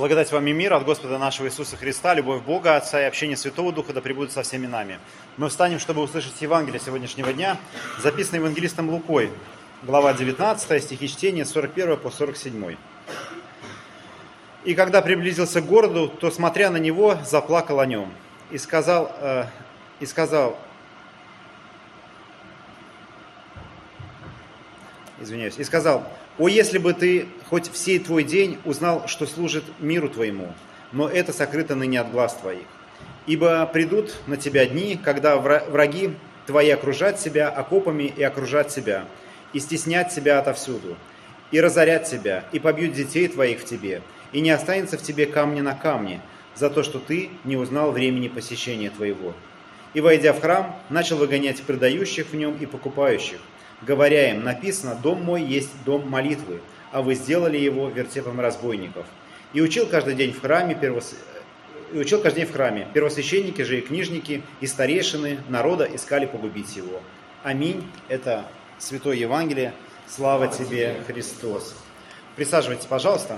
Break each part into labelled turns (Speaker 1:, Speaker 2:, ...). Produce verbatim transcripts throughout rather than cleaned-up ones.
Speaker 1: Благодать вам и мир от Господа нашего Иисуса Христа, любовь Бога, Отца и общение Святого Духа да пребудет со всеми нами. Мы встанем, чтобы услышать Евангелие сегодняшнего дня, записанное евангелистом Лукой, глава девятнадцатая, стихи чтения с сорок первого по сорок седьмой. «И когда приблизился к городу, то, смотря на него, заплакал о нем, и сказал, э, и сказал, извиняюсь, и сказал, «О, если бы ты хоть в сей твой день узнал, что служит миру твоему, но это сокрыто ныне от глаз твоих. Ибо придут на тебя дни, когда враги твои окружат тебя окопами и окружат тебя, и стеснят тебя отовсюду, и разорят тебя, и побьют детей твоих в тебе, и не останется в тебе камня на камне, за то, что ты не узнал времени посещения твоего. И, войдя в храм, начал выгонять продающих в нем и покупающих, говоря им, написано, дом мой есть дом молитвы, а вы сделали его вертепом разбойников. И учил каждый день в храме, первос... и учил каждый день в храме. Первосвященники же и книжники, и старейшины народа искали погубить его. Аминь. Это Святое Евангелие. Слава тебе, Христос. Присаживайтесь, пожалуйста.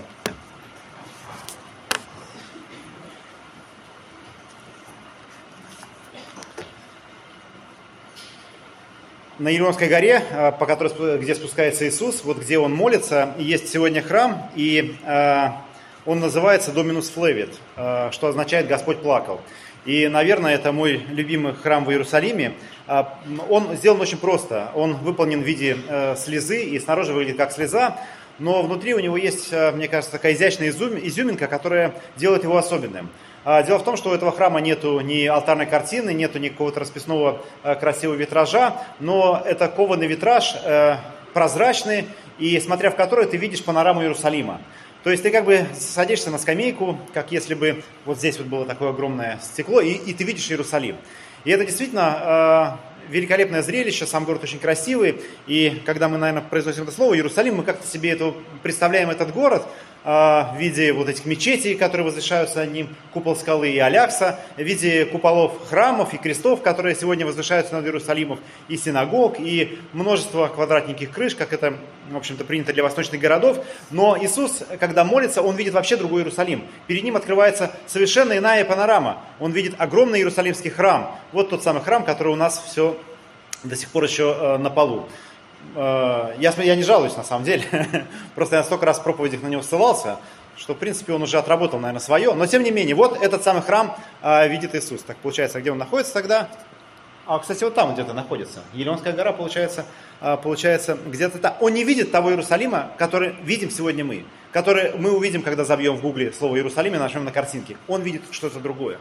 Speaker 1: На Елеонской горе, по которой, где спускается Иисус, вот где он молится, есть сегодня храм, и э, он называется Доминус Флевит, э, что означает «Господь плакал». И, наверное, это мой любимый храм в Иерусалиме. Э, он сделан очень просто. Он выполнен в виде э, слезы, и снаружи выглядит как слеза, но внутри у него есть, э, мне кажется, такая изящная изюм, изюминка, которая делает его особенным. Дело в том, что у этого храма нету ни алтарной картины, нету ни какого-то расписного э, красивого витража, но это кованый витраж, э, прозрачный, и смотря в который ты видишь панораму Иерусалима. То есть ты как бы садишься на скамейку, как если бы вот здесь вот было такое огромное стекло, и, и ты видишь Иерусалим. И это действительно э, великолепное зрелище, сам город очень красивый, и когда мы, наверное, произносим это слово Иерусалим, мы как-то себе это, представляем этот город, в виде вот этих мечетей, которые возвышаются над ним, купол скалы и Алякса, в виде куполов храмов и крестов, которые сегодня возвышаются над Иерусалимом, и синагог, и множество квадратненьких крыш, как это, в общем-то, принято для восточных городов. Но Иисус, когда молится, он видит вообще другой Иерусалим. Перед ним открывается совершенно иная панорама. Он видит огромный Иерусалимский храм. Вот тот самый храм, который у нас все до сих пор еще на полу. Я, я не жалуюсь, на самом деле, просто я столько раз в проповедях на него ссылался, что, в принципе, он уже отработал, наверное, свое. Но, тем не менее, вот этот самый храм а, видит Иисус. Так, получается, где он находится тогда? А, кстати, вот там где-то находится. Елеонская гора, получается, а, получается где-то там. Он не видит того Иерусалима, который видим сегодня мы, который мы увидим, когда забьем в гугле слово Иерусалим и нажмем на картинке. Он видит что-то другое.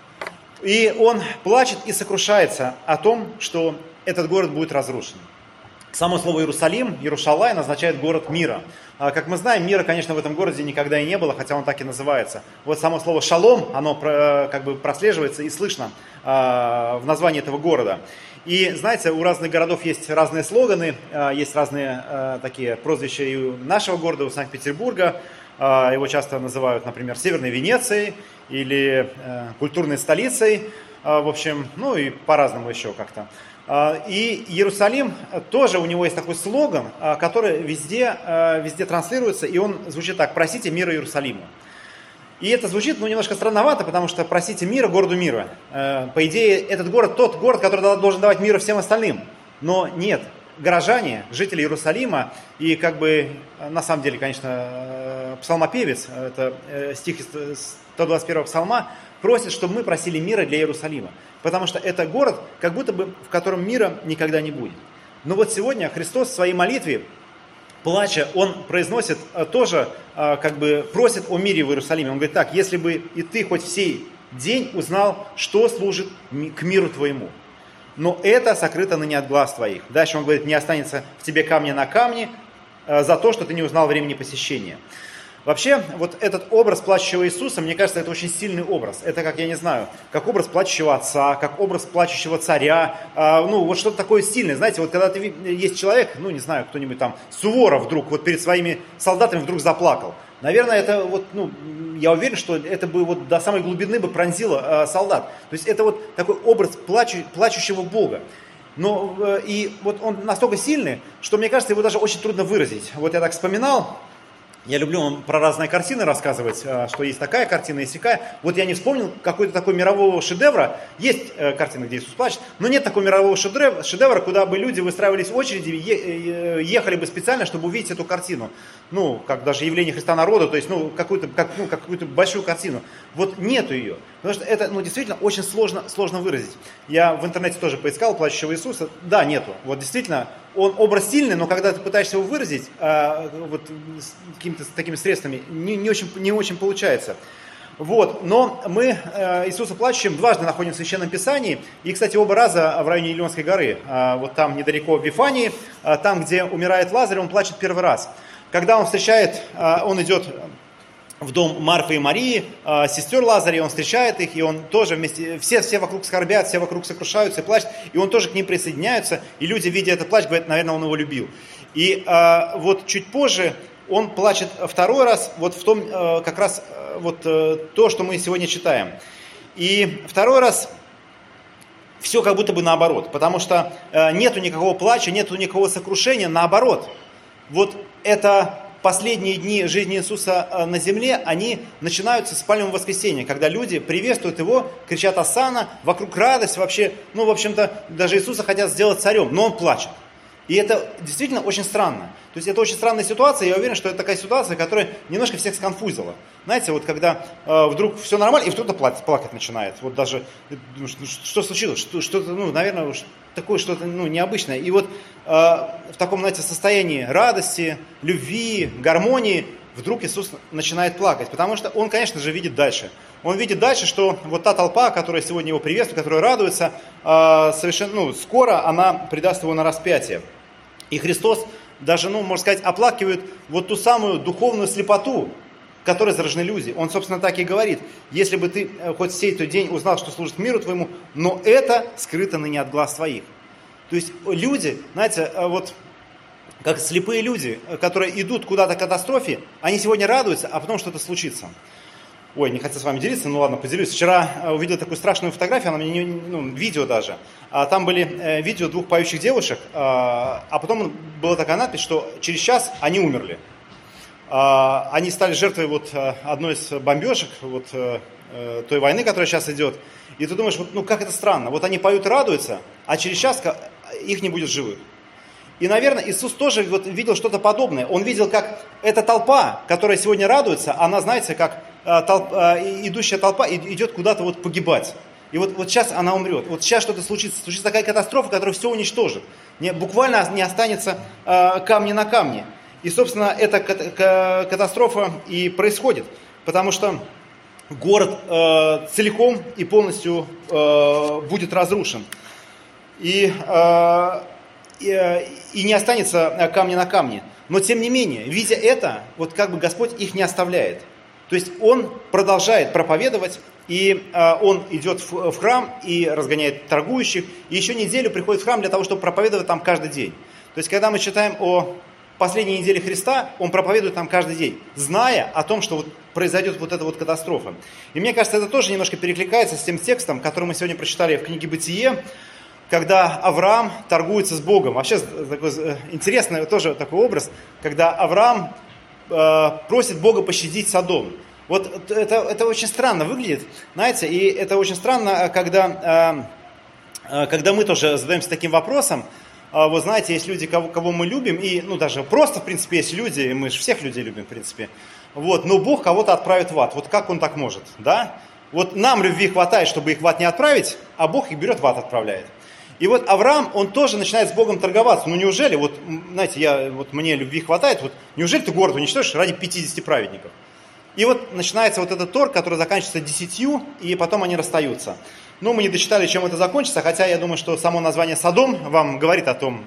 Speaker 1: И он плачет и сокрушается о том, что этот город будет разрушен. Само слово Иерусалим, Иерушалайм, означает город мира. Как мы знаем, мира, конечно, в этом городе никогда и не было, хотя он так и называется. Вот само слово шалом, оно как бы прослеживается и слышно в названии этого города. И знаете, у разных городов есть разные слоганы, есть разные такие прозвища и у нашего города, у Санкт-Петербурга. Его часто называют, например, Северной Венецией или культурной столицей. В общем, ну и по-разному еще как-то. И Иерусалим тоже, у него есть такой слоган, который везде, везде транслируется, и он звучит так: «Просите мира Иерусалиму». И это звучит, ну, немножко странновато, потому что просите мира городу мира. По идее, этот город тот город, который должен давать мир всем остальным. Но нет, горожане, жители Иерусалима, и как бы, на самом деле, конечно, псалмопевец, это стих из сто двадцать первого псалма, просит, чтобы мы просили мира для Иерусалима. Потому что это город, как будто бы, в котором мира никогда не будет. Но вот сегодня Христос в своей молитве, плача, он произносит тоже, как бы просит о мире в Иерусалиме. Он говорит так: если бы и ты хоть в сей день узнал, что служит к миру твоему. Но это сокрыто ныне от глаз твоих. Дальше он говорит: не останется в тебе камня на камне за то, что ты не узнал времени посещения. Вообще, вот этот образ плачущего Иисуса, мне кажется, это очень сильный образ. Это, как я не знаю, как образ плачущего отца, как образ плачущего царя. А, ну, вот что-то такое сильное. Знаете, вот когда ты, есть человек, ну, не знаю, кто-нибудь там, Суворов вдруг, вот перед своими солдатами вдруг заплакал. Наверное, это вот, ну, я уверен, что это бы вот до самой глубины бы пронзило э, солдат. То есть это вот такой образ плачу, плачущего Бога. Но э, и вот он настолько сильный, что, мне кажется, его даже очень трудно выразить. Вот я так вспоминал. Я люблю вам про разные картины рассказывать, что есть такая картина, есть такая. Вот я не вспомнил какой-то такой мирового шедевра. Есть картина, где Иисус плачет, но нет такого мирового шедевра, куда бы люди выстраивались в очереди, ехали бы специально, чтобы увидеть эту картину. Ну, как даже явление Христа народу, то есть, ну, какую-то, как, ну, какую-то большую картину. Вот нету ее. Потому что это, ну, действительно очень сложно, сложно выразить. Я в интернете тоже поискал плачущего Иисуса. Да, нету. Вот действительно, он образ сильный, но когда ты пытаешься его выразить а, вот, с какими-то такими средствами, не, не, очень, не очень получается. Вот, но мы э, Иисуса плачущим дважды находим в Священном Писании. И, кстати, оба раза в районе Илионской горы. А, вот там недалеко в Вифании, а, там, где умирает Лазарь, он плачет первый раз. Когда он встречает, а, он идет в дом Марфы и Марии, э, сестер Лазаря, он встречает их, и он тоже вместе, все, все вокруг скорбят, все вокруг сокрушаются и плачут, и он тоже к ним присоединяется, и люди, видя этот плач, говорят, наверное, он его любил. И э, вот чуть позже он плачет второй раз, вот в том, э, как раз э, вот э, то, что мы сегодня читаем. И второй раз все как будто бы наоборот, потому что э, нету никакого плача, нету никакого сокрушения, наоборот. Вот это... Последние дни жизни Иисуса на земле, они начинаются с Пальмового воскресенья, когда люди приветствуют Его, кричат «Осанна», вокруг радость, вообще, ну, в общем-то, даже Иисуса хотят сделать царем, но Он плачет. И это действительно очень странно. То есть это очень странная ситуация, я уверен, что это такая ситуация, которая немножко всех сконфузила. Знаете, вот когда э, вдруг все нормально, и кто-то плакать, плакать начинает. Вот даже, ну, что, что случилось? Что, что-то, ну, наверное, такое что-то, ну, необычное. И вот э, в таком, знаете, состоянии радости, любви, гармонии вдруг Иисус начинает плакать. Потому что Он, конечно же, видит дальше. Он видит дальше, что вот та толпа, которая сегодня Его приветствует, которая радуется, э, совершенно, ну, скоро она предаст Его на распятие. И Христос даже, ну, можно сказать, оплакивает вот ту самую духовную слепоту, которой заражены люди. Он, собственно, так и говорит. Если бы ты хоть сей тот день узнал, что служит миру твоему, но это скрыто ныне от глаз твоих. То есть люди, знаете, вот как слепые люди, которые идут куда-то к катастрофе, они сегодня радуются, а потом что-то случится. Ой, не хотел с вами делиться, ну ладно, поделюсь. Вчера увидел такую страшную фотографию, она мне, ну, видео даже. Там были видео двух поющих девушек, а потом была такая надпись, что через час они умерли. Они стали жертвой вот одной из бомбежек, вот той войны, которая сейчас идет. И ты думаешь, вот, ну как это странно, вот они поют и радуются, а через час их не будет живых. И, наверное, Иисус тоже вот видел что-то подобное. Он видел, как эта толпа, которая сегодня радуется, она, знаете, как толпа, идущая толпа идет куда-то вот погибать. И вот, вот сейчас она умрет. Вот сейчас что-то случится. Случится такая катастрофа, которая все уничтожит. Не, буквально не останется э, камня на камне. И, собственно, эта катастрофа и происходит. Потому что город э, целиком и полностью э, будет разрушен. И, э, и, и не останется камня на камне. Но, тем не менее, видя это, вот как бы Господь их не оставляет. То есть Он продолжает проповедовать, и э, Он идет в, в храм и разгоняет торгующих, и еще неделю приходит в храм для того, чтобы проповедовать там каждый день. То есть, когда мы читаем о последней неделе Христа, Он проповедует там каждый день, зная о том, что вот произойдет вот эта вот катастрофа. И мне кажется, это тоже немножко перекликается с тем текстом, который мы сегодня прочитали в книге «Бытие», когда Авраам торгуется с Богом. Вообще такой интересный тоже такой образ, когда Авраам э, просит Бога пощадить Содом. Вот это, это очень странно выглядит, знаете, и это очень странно, когда, э, когда мы тоже задаемся таким вопросом. Э, вот знаете, есть люди, кого, кого мы любим, и ну даже просто, в принципе, есть люди, и мы же всех людей любим, в принципе. Вот, но Бог кого-то отправит в ад. Вот как Он так может, да? Вот нам любви хватает, чтобы их в ад не отправить, а Бог их берет в ад отправляет. И вот Авраам, он тоже начинает с Богом торговаться. Ну неужели, вот, знаете, я, вот мне любви хватает, вот неужели ты город уничтожишь ради пятидесяти праведников? И вот начинается вот этот торг, который заканчивается десятью, и потом они расстаются. Ну, мы не дочитали, чем это закончится, хотя я думаю, что само название Содом вам говорит о том,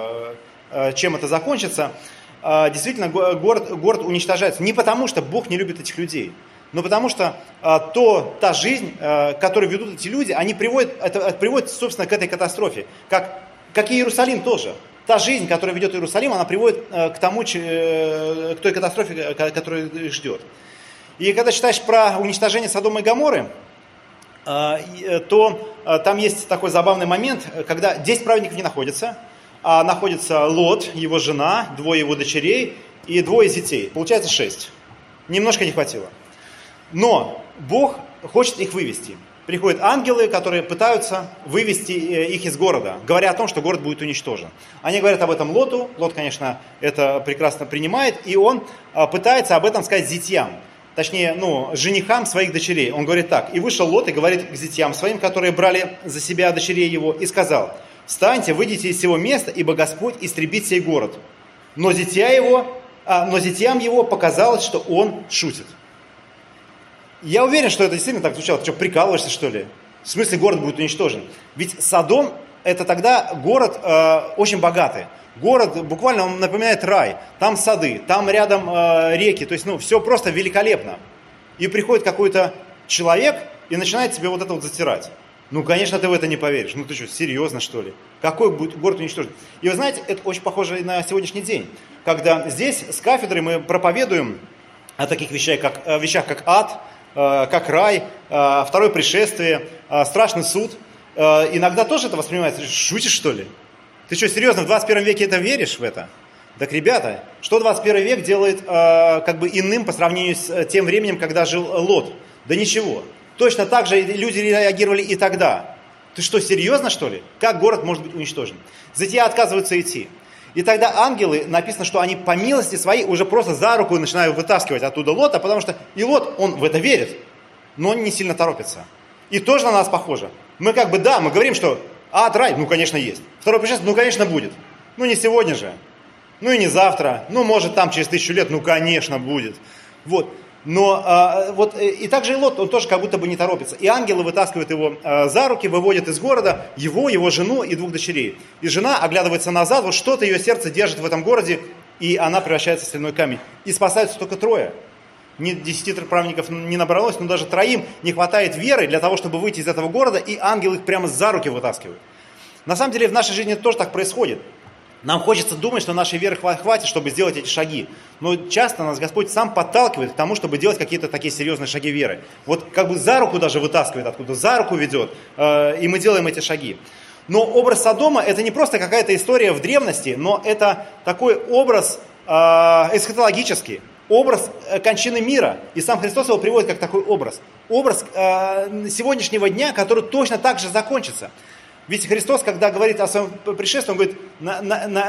Speaker 1: чем это закончится. Действительно, город, город уничтожается не потому, что Бог не любит этих людей, но потому что а, то, та жизнь, а, которую ведут эти люди, они приводят, это, приводит, собственно, к этой катастрофе. Как, как и Иерусалим тоже. Та жизнь, которая ведет Иерусалим, она приводит а, к тому, ч, к той катастрофе, которая их ждет. И когда читаешь про уничтожение Содома и Гоморры, а, то а, там есть такой забавный момент, когда десять праведников не находятся, а находится Лот, его жена, двое его дочерей и двое детей. Получается шесть. Немножко не хватило. Но Бог хочет их вывести. Приходят ангелы, которые пытаются вывести их из города, говоря о том, что город будет уничтожен. Они говорят об этом Лоту. Лот, конечно, это прекрасно принимает, и он пытается об этом сказать зятьям. Точнее, ну, женихам своих дочерей. Он говорит так: «И вышел Лот и говорит к зятьям своим, которые брали за себя дочерей его, и сказал: встаньте, выйдите из сего места, ибо Господь истребит сей город». Но, зятья его, а, но зятьям его показалось, что он шутит. Я уверен, что это действительно так звучало. Ты что, прикалываешься, что ли? В смысле, город будет уничтожен? Ведь Содом – это тогда город э, очень богатый. Город буквально он напоминает рай. Там сады, там рядом э, реки. То есть, ну, все просто великолепно. И приходит какой-то человек и начинает тебе вот это вот затирать. Ну, конечно, ты в это не поверишь. Ну, ты что, серьезно, что ли? Какой будет город уничтожен? И вы знаете, это очень похоже на сегодняшний день. Когда здесь с кафедры мы проповедуем о таких вещах, как, о вещах, как ад, как рай, второе пришествие, страшный суд. Иногда тоже это воспринимается. Шутишь, что ли? Ты что, серьезно, в двадцать первом веке это веришь в это? Так, ребята, что двадцать первый век делает как бы иным по сравнению с тем временем, когда жил Лот? Да ничего. Точно так же люди реагировали и тогда. Ты что, серьезно, что ли? Как город может быть уничтожен? Затем отказываются идти. И тогда ангелы, написано, что они по милости своей уже просто за руку начинают вытаскивать оттуда Лота, потому что и Лот, он в это верит, но он не сильно торопится. И тоже на нас похоже. Мы как бы, да, мы говорим, что ад, рай, ну, конечно, есть. Второе пришествие, ну, конечно, будет. Ну, не сегодня же, ну, и не завтра, ну, может, там через тысячу лет, ну, конечно, будет. Вот. Но а, вот и также и Лот, он тоже как будто бы не торопится. И ангелы вытаскивают его а, за руки, выводят из города его, его жену и двух дочерей. И жена оглядывается назад, вот что-то ее сердце держит в этом городе, и она превращается в соляной камень. И спасаются только трое. Ни десяти праведников не набралось, но даже троим не хватает веры для того, чтобы выйти из этого города, и ангелы их прямо за руки вытаскивают. На самом деле в нашей жизни это тоже так происходит. Нам хочется думать, что нашей веры хватит, чтобы сделать эти шаги. Но часто нас Господь сам подталкивает к тому, чтобы делать какие-то такие серьезные шаги веры. Вот как бы за руку даже вытаскивает откуда, за руку ведет, э, и мы делаем эти шаги. Но образ Содома – это не просто какая-то история в древности, но это такой образ э, эсхатологический, образ э, кончины мира. И сам Христос его приводит как такой образ. Образ э, сегодняшнего дня, который точно так же закончится. Ведь Христос, когда говорит о своем пришествии, он говорит, на, на, на,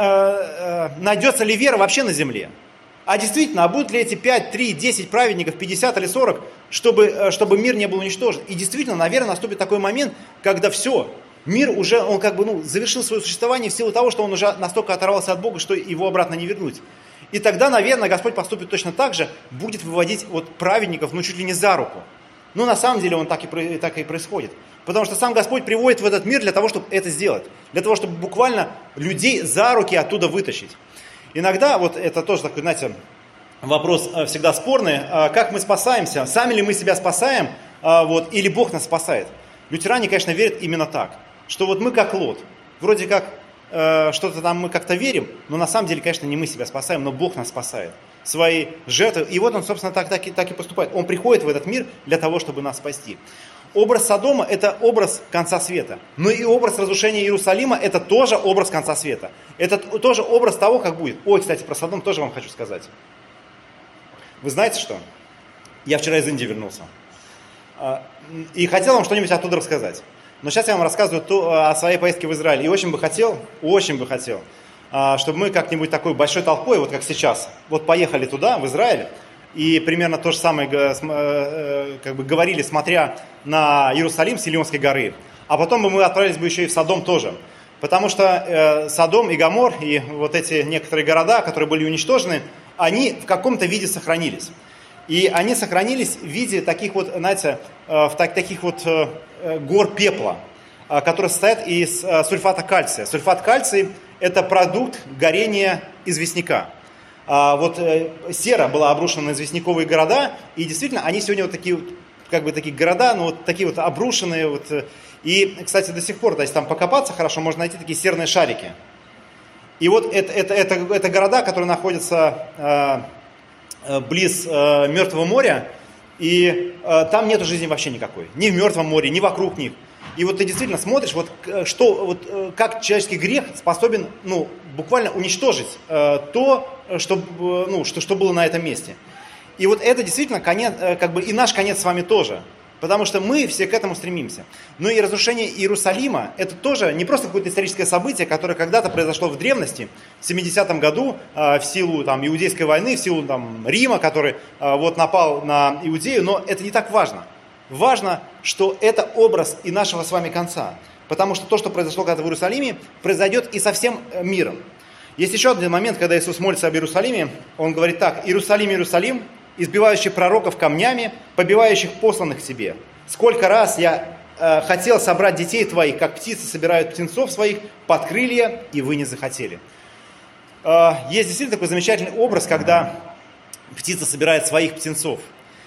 Speaker 1: э, найдется ли вера вообще на земле? А действительно, а будут ли эти пять, три, десять праведников, пятьдесят или сорок, чтобы, чтобы мир не был уничтожен? И действительно, наверное, наступит такой момент, когда все, мир уже, он как бы ну, завершил свое существование в силу того, что он уже настолько оторвался от Бога, что его обратно не вернуть. И тогда, наверное, Господь поступит точно так же, будет выводить вот праведников, ну, чуть ли не за руку. Но на самом деле он так и, так и происходит. Потому что сам Господь приводит в этот мир для того, чтобы это сделать. Для того, чтобы буквально людей за руки оттуда вытащить. Иногда, вот это тоже такой, знаете, вопрос всегда спорный. Как мы спасаемся? Сами ли мы себя спасаем? Вот, или Бог нас спасает? Лютеране, конечно, верят именно так. Что вот мы как Лот. Вроде как что-то там мы как-то верим, но на самом деле, конечно, не мы себя спасаем, но Бог нас спасает. Свои жертвы. И вот он, собственно, так, так, и, так и поступает. Он приходит в этот мир для того, чтобы нас спасти. Образ Содома – это образ конца света. Но и образ разрушения Иерусалима – это тоже образ конца света. Это тоже образ того, как будет. Ой, кстати, про Содом тоже вам хочу сказать. Вы знаете что? Я вчера из Индии вернулся. И хотел вам что-нибудь оттуда рассказать. Но сейчас я вам рассказываю то, о своей поездке в Израиль. И очень бы хотел, очень бы хотел, чтобы мы как-нибудь такой большой толпой, вот как сейчас, вот поехали туда, в Израиль, и примерно то же самое как бы говорили, смотря на Иерусалим с Силионской горы. А потом бы мы отправились бы еще и в Содом тоже. Потому что Содом и Гомор, и вот эти некоторые города, которые были уничтожены, они в каком-то виде сохранились. И они сохранились в виде таких вот, знаете, в таких вот гор пепла, которые состоят из сульфата кальция. Сульфат кальция – это продукт горения известняка. Вот сера была обрушена на известняковые города, и действительно они сегодня вот такие, как бы такие города, ну вот такие вот обрушенные. Вот. И, кстати, до сих пор, да, если там покопаться хорошо, можно найти такие серные шарики. И вот это, это, это, это города, которые находятся э, э, близ э, Мертвого моря, и э, там нету жизни вообще никакой. Ни в Мертвом море, ни вокруг них. И вот ты действительно смотришь, вот, что, вот, как человеческий грех способен ну, буквально уничтожить э, то, что, ну, что, что было на этом месте. И вот это действительно конец, как бы и наш конец с вами тоже. Потому что мы все к этому стремимся. Но и разрушение Иерусалима, это тоже не просто какое-то историческое событие, которое когда-то произошло в древности, в семидесятом году, в силу там, Иудейской войны, в силу там, Рима, который вот, напал на Иудею, но это не так важно. Важно, что это образ и нашего с вами конца. Потому что то, что произошло когда-то в Иерусалиме, произойдет и со всем миром. Есть еще один момент, когда Иисус молится об Иерусалиме, он говорит так: «Иерусалим, Иерусалим, избивающий пророков камнями, побивающих посланных себе. Сколько раз я э, хотел собрать детей твоих, как птицы собирают птенцов своих под крылья, и вы не захотели». Э, есть действительно такой замечательный образ, когда птица собирает своих птенцов.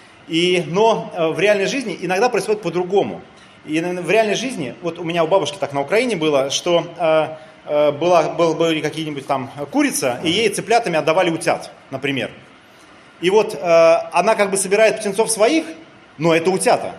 Speaker 1: И, но э, в реальной жизни иногда происходит по-другому. И в реальной жизни, вот у меня у бабушки так на Украине было, что э, э, была, был, были какие-нибудь там курица, и ей цыплятами отдавали утят, например. И вот э, она как бы собирает птенцов своих, но это утята.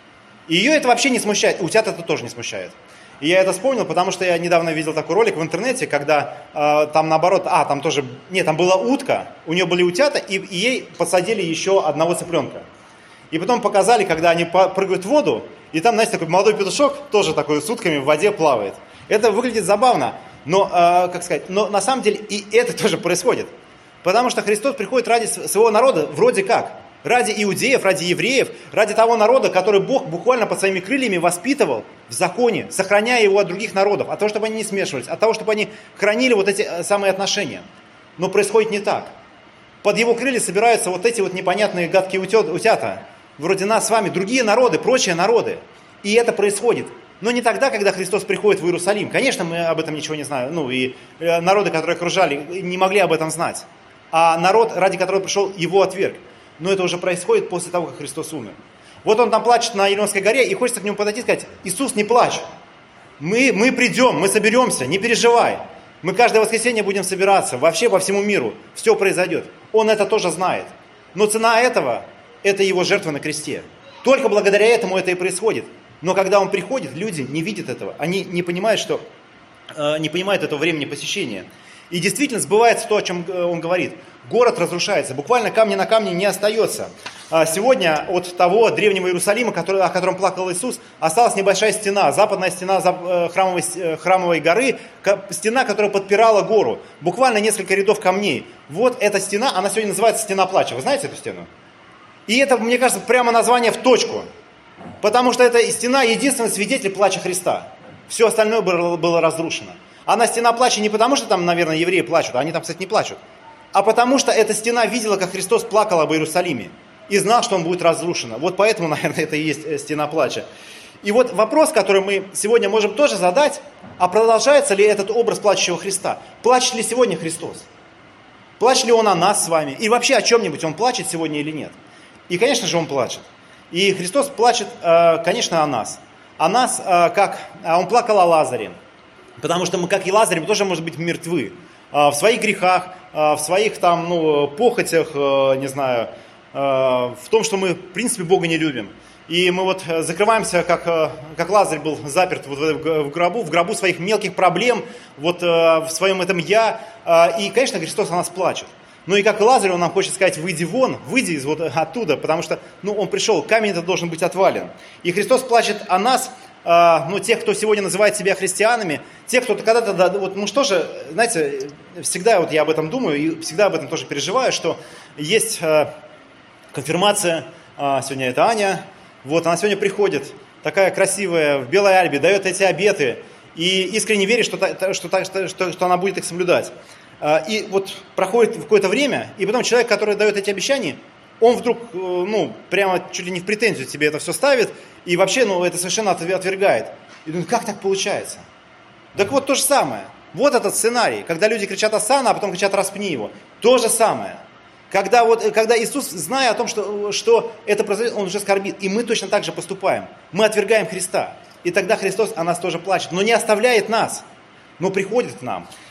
Speaker 1: И ее это вообще не смущает, утят это тоже не смущает. И я это вспомнил, потому что я недавно видел такой ролик в интернете, когда э, там наоборот, а, там тоже, нет, там была утка, у нее были утята, и, и ей посадили еще одного цыпленка. И потом показали, когда они прыгают в воду, и там, знаете, такой молодой петушок, тоже такой с утками в воде плавает. Это выглядит забавно, но, э, как сказать, но на самом деле и это тоже происходит. Потому что Христос приходит ради своего народа, вроде как, ради иудеев, ради евреев, ради того народа, который Бог буквально под своими крыльями воспитывал в законе, сохраняя его от других народов, от того, чтобы они не смешивались, от того, чтобы они хранили вот эти самые отношения. Но происходит не так. Под его крылья собираются вот эти вот непонятные гадкие утята, вроде нас с вами, другие народы, прочие народы. И это происходит. Но не тогда, когда Христос приходит в Иерусалим. Конечно, мы об этом ничего не знаем. Ну и народы, которые окружали, не могли об этом знать. А народ, ради которого пришел, его отверг. Но это уже происходит после того, как Христос умер. Вот он там плачет на Елеонской горе, и хочется к нему подойти и сказать: Иисус, не плачь. Мы, мы придем, мы соберемся, не переживай. Мы каждое воскресенье будем собираться, вообще по всему миру. Все произойдет. Он это тоже знает. Но цена этого, это его жертва на кресте. Только благодаря этому это и происходит. Но когда он приходит, люди не видят этого. Они не понимают, что, э, не понимают этого времени посещения. И действительно сбывается то, о чем он говорит. Город разрушается, буквально камня на камне не остается. Сегодня от того древнего Иерусалима, который, о котором плакал Иисус, осталась небольшая стена, западная стена храмовой, храмовой горы, стена, которая подпирала гору. Буквально несколько рядов камней. Вот эта стена, она сегодня называется «Стена плача». Вы знаете эту стену? И это, мне кажется, прямо название в точку. Потому что эта стена единственный свидетель плача Христа. Все остальное было, было разрушено. Она стена плача не потому, что там, наверное, евреи плачут, они там, кстати, не плачут, а потому что эта стена видела, как Христос плакал об Иерусалиме и знал, что он будет разрушен. Вот поэтому, наверное, это и есть стена плача. И вот вопрос, который мы сегодня можем тоже задать: а продолжается ли этот образ плачущего Христа? Плачет ли сегодня Христос? Плачет ли он о нас с вами? И вообще о чем-нибудь он плачет сегодня или нет? И, конечно же, он плачет. И Христос плачет, конечно, о нас. О нас, как он плакал о Лазаре. Потому что мы, как и Лазарь, мы тоже, может быть, мертвы. В своих грехах, в своих там, ну, похотях, не знаю, в том, что мы, в принципе, Бога не любим. И мы вот закрываемся, как, как Лазарь был заперт вот в гробу, в гробу своих мелких проблем, вот в своем этом «я». И, конечно, Христос о нас плачет. Ну и как и Лазарь, он нам хочет сказать: выйди вон, выйди из вот оттуда, потому что, ну, он пришел, камень этот должен быть отвален. И Христос плачет о нас, ну, тех, кто сегодня называет себя христианами, тех, кто когда-то, вот, ну что же, знаете, всегда вот я об этом думаю и всегда об этом тоже переживаю, что есть конфирмация, сегодня это Аня, вот, она сегодня приходит, такая красивая, в белой альбе, дает эти обеты, и искренне верит, что, что, что, что, что она будет их соблюдать. И вот проходит какое-то время, и потом человек, который дает эти обещания, он вдруг, ну, прямо чуть ли не в претензию тебе это все ставит, и вообще, ну, это совершенно отвергает. И думает, как так получается? Так вот, то же самое. Вот этот сценарий, когда люди кричат «Осанна», а потом кричат «Распни его». То же самое. Когда, вот, когда Иисус, зная о том, что, что это произойдет, Он уже скорбит. И мы точно так же поступаем. Мы отвергаем Христа. И тогда Христос о нас тоже плачет. Но не оставляет нас, но приходит к нам.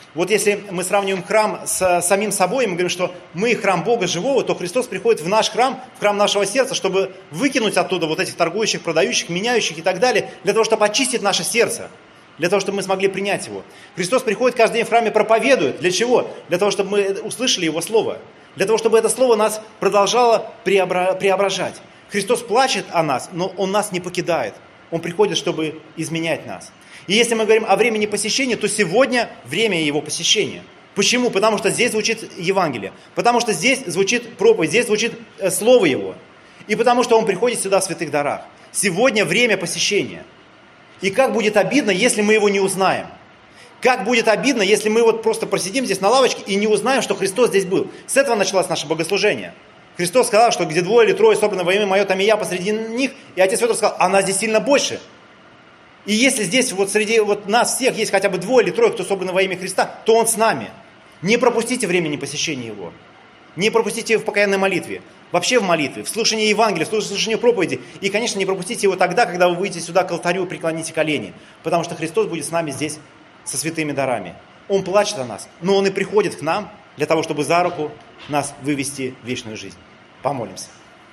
Speaker 1: Вот если мы сравниваем храм с самим собой, и мы говорим, что мы храм Бога живого, то Христос приходит в наш храм, в храм нашего сердца, чтобы выкинуть оттуда вот этих торгующих, продающих, меняющих и так далее, для того, чтобы очистить наше сердце, для того, чтобы мы смогли принять Его. Христос приходит каждый день в храме, проповедует. Для чего? Для того, чтобы мы услышали Его Слово. Для того, чтобы это Слово нас продолжало преображать. Христос плачет о нас, но Он нас не покидает. Он приходит, чтобы изменять нас. И если мы говорим о времени посещения, то сегодня время Его посещения. Почему? Потому что здесь звучит Евангелие. Потому что здесь звучит проповедь, здесь звучит Слово Его. И потому что Он приходит сюда в святых дарах. Сегодня время посещения. И как будет обидно, если мы Его не узнаем. Как будет обидно, если мы вот просто просидим здесь на лавочке и не узнаем, что Христос здесь был. С этого началось наше богослужение. Христос сказал, что где двое или трое собраны во имя Мое, там и я посреди них. И Отец Петр сказал, а нас здесь сильно больше. И если здесь вот среди вот нас всех есть хотя бы двое или трое, кто собраны во имя Христа, то Он с нами. Не пропустите времени посещения Его. Не пропустите его в покаянной молитве. Вообще в молитве, в слушании Евангелия, в слушании проповеди. И, конечно, не пропустите его тогда, когда вы выйдете сюда к алтарю и преклоните колени. Потому что Христос будет с нами здесь со святыми дарами. Он плачет о нас, но Он и приходит к нам для того, чтобы за руку нас вывести в вечную жизнь. Помолимся.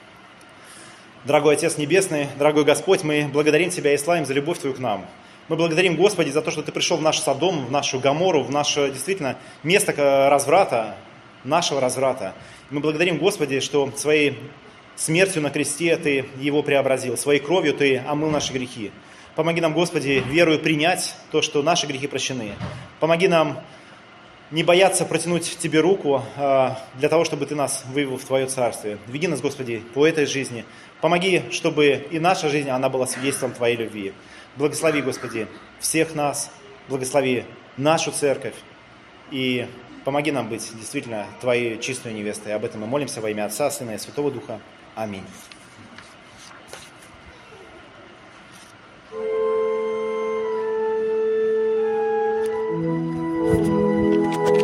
Speaker 1: Дорогой Отец Небесный, дорогой Господь, мы благодарим Тебя и славим за любовь Твою к нам. Мы благодарим, Господи, за то, что Ты пришел в наш Содом, в нашу Гоморру, в наше действительно место разврата, нашего разврата. Мы благодарим, Господи, что Своей смертью на кресте Ты Его преобразил, Своей кровью Ты омыл наши грехи. Помоги нам, Господи, верою принять то, что наши грехи прощены. Помоги нам не бояться протянуть Тебе руку для того, чтобы Ты нас вывел в Твое Царствие. Веди нас, Господи, по этой жизни. Помоги, чтобы и наша жизнь, она была свидетельством Твоей любви. Благослови, Господи, всех нас, благослови нашу церковь и помоги нам быть действительно Твоей чистой невестой. Об этом мы молимся во имя Отца, Сына и Святого Духа. Аминь.